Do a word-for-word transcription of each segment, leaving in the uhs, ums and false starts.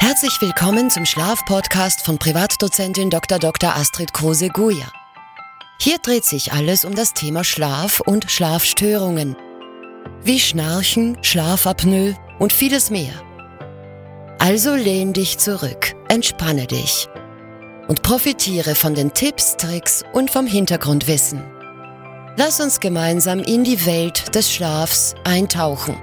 Herzlich willkommen zum Schlaf-Podcast von Privatdozentin Doktor Doktor Astrid Kruse-Guyer. Hier dreht sich alles um das Thema Schlaf und Schlafstörungen, wie Schnarchen, Schlafapnoe und vieles mehr. Also lehn dich zurück, entspanne dich und profitiere von den Tipps, Tricks und vom Hintergrundwissen. Lass uns gemeinsam in die Welt des Schlafs eintauchen.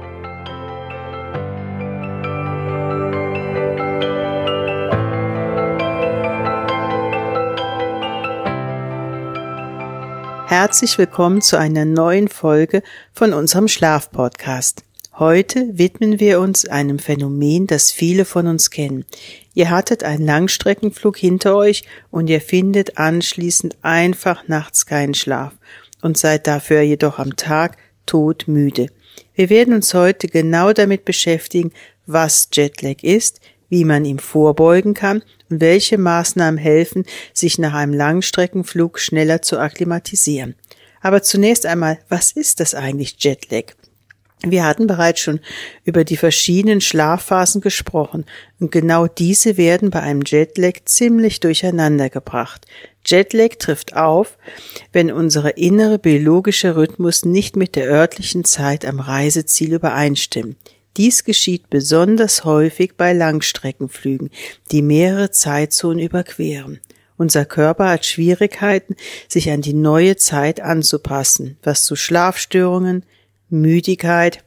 Herzlich willkommen zu einer neuen Folge von unserem Schlaf-Podcast. Heute widmen wir uns einem Phänomen, das viele von uns kennen. Ihr hattet einen Langstreckenflug hinter euch und ihr findet anschließend einfach nachts keinen Schlaf und seid dafür jedoch am Tag todmüde. Wir werden uns heute genau damit beschäftigen, was Jetlag ist, wie man ihm vorbeugen kann und welche Maßnahmen helfen, sich nach einem Langstreckenflug schneller zu akklimatisieren. Aber zunächst einmal, was ist das eigentlich Jetlag? Wir hatten bereits schon über die verschiedenen Schlafphasen gesprochen und genau diese werden bei einem Jetlag ziemlich durcheinander gebracht. Jetlag trifft auf, wenn unser innerer biologischer Rhythmus nicht mit der örtlichen Zeit am Reiseziel übereinstimmt. Dies geschieht besonders häufig bei Langstreckenflügen, die mehrere Zeitzonen überqueren. Unser Körper hat Schwierigkeiten, sich an die neue Zeit anzupassen, was zu Schlafstörungen, Müdigkeit,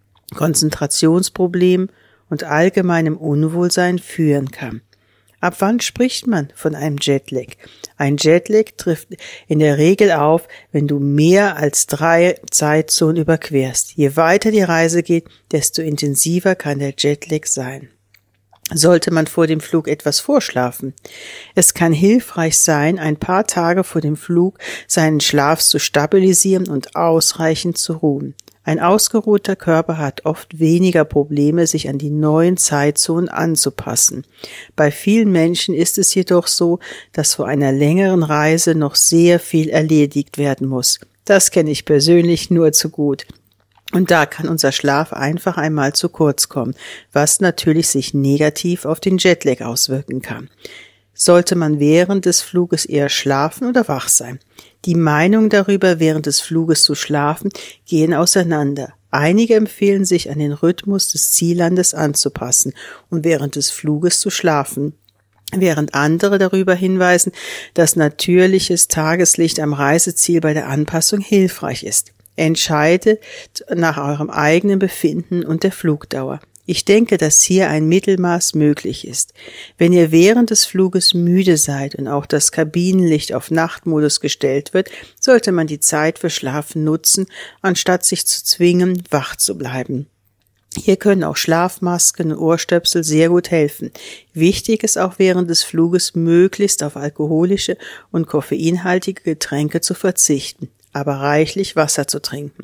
Konzentrationsproblemen und allgemeinem Unwohlsein führen kann. Ab wann spricht man von einem Jetlag? Ein Jetlag trifft in der Regel auf, wenn du mehr als drei Zeitzonen überquerst. Je weiter die Reise geht, desto intensiver kann der Jetlag sein. Sollte man vor dem Flug etwas vorschlafen? Es kann hilfreich sein, ein paar Tage vor dem Flug seinen Schlaf zu stabilisieren und ausreichend zu ruhen. Ein ausgeruhter Körper hat oft weniger Probleme, sich an die neuen Zeitzonen anzupassen. Bei vielen Menschen ist es jedoch so, dass vor einer längeren Reise noch sehr viel erledigt werden muss. Das kenne ich persönlich nur zu gut. Und da kann unser Schlaf einfach einmal zu kurz kommen, was natürlich sich negativ auf den Jetlag auswirken kann. Sollte man während des Fluges eher schlafen oder wach sein? Die Meinungen darüber, während des Fluges zu schlafen, gehen auseinander. Einige empfehlen sich, an den Rhythmus des Ziellandes anzupassen und während des Fluges zu schlafen, während andere darüber hinweisen, dass natürliches Tageslicht am Reiseziel bei der Anpassung hilfreich ist. Entscheidet nach eurem eigenen Befinden und der Flugdauer. Ich denke, dass hier ein Mittelmaß möglich ist. Wenn ihr während des Fluges müde seid und auch das Kabinenlicht auf Nachtmodus gestellt wird, sollte man die Zeit für Schlafen nutzen, anstatt sich zu zwingen, wach zu bleiben. Hier können auch Schlafmasken und Ohrstöpsel sehr gut helfen. Wichtig ist auch während des Fluges möglichst auf alkoholische und koffeinhaltige Getränke zu verzichten, aber reichlich Wasser zu trinken.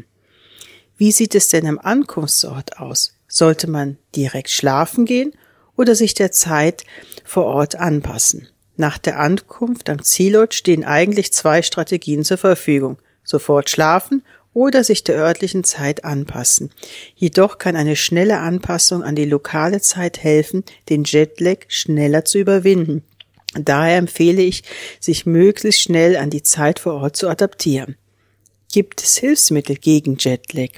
Wie sieht es denn am Ankunftsort aus? Sollte man direkt schlafen gehen oder sich der Zeit vor Ort anpassen? Nach der Ankunft am Zielort stehen eigentlich zwei Strategien zur Verfügung: sofort schlafen oder sich der örtlichen Zeit anpassen. Jedoch kann eine schnelle Anpassung an die lokale Zeit helfen, den Jetlag schneller zu überwinden. Daher empfehle ich, sich möglichst schnell an die Zeit vor Ort zu adaptieren. Gibt es Hilfsmittel gegen Jetlag?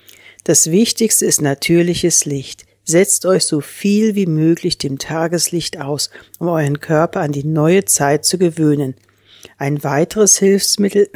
Das Wichtigste ist natürliches Licht. Setzt euch so viel wie möglich dem Tageslicht aus, um euren Körper an die neue Zeit zu gewöhnen. Ein weiteres Hilfsmittel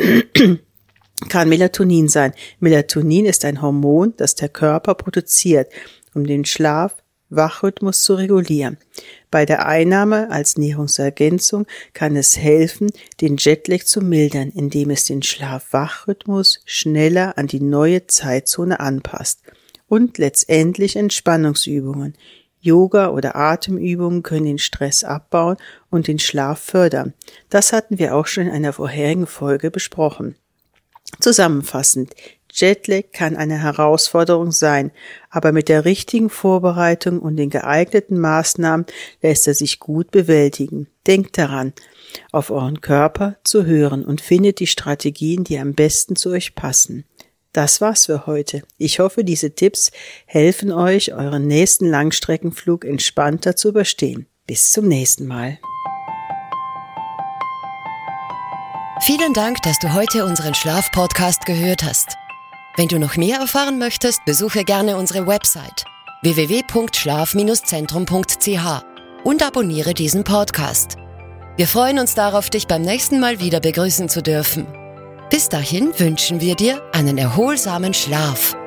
kann Melatonin sein. Melatonin ist ein Hormon, das der Körper produziert, um den Schlaf-Wachrhythmus zu regulieren. Bei der Einnahme als Nahrungsergänzung kann es helfen, den Jetlag zu mildern, indem es den Schlaf-Wach-Rhythmus schneller an die neue Zeitzone anpasst. Und letztendlich Entspannungsübungen. Yoga oder Atemübungen können den Stress abbauen und den Schlaf fördern. Das hatten wir auch schon in einer vorherigen Folge besprochen. Zusammenfassend: Jetlag kann eine Herausforderung sein, aber mit der richtigen Vorbereitung und den geeigneten Maßnahmen lässt er sich gut bewältigen. Denkt daran, auf euren Körper zu hören und findet die Strategien, die am besten zu euch passen. Das war's für heute. Ich hoffe, diese Tipps helfen euch, euren nächsten Langstreckenflug entspannter zu überstehen. Bis zum nächsten Mal. Vielen Dank, dass du heute unseren Schlaf-Podcast gehört hast. Wenn du noch mehr erfahren möchtest, besuche gerne unsere Website w w w punkt schlaf Bindestrich zentrum punkt c h und abonniere diesen Podcast. Wir freuen uns darauf, dich beim nächsten Mal wieder begrüßen zu dürfen. Bis dahin wünschen wir dir einen erholsamen Schlaf.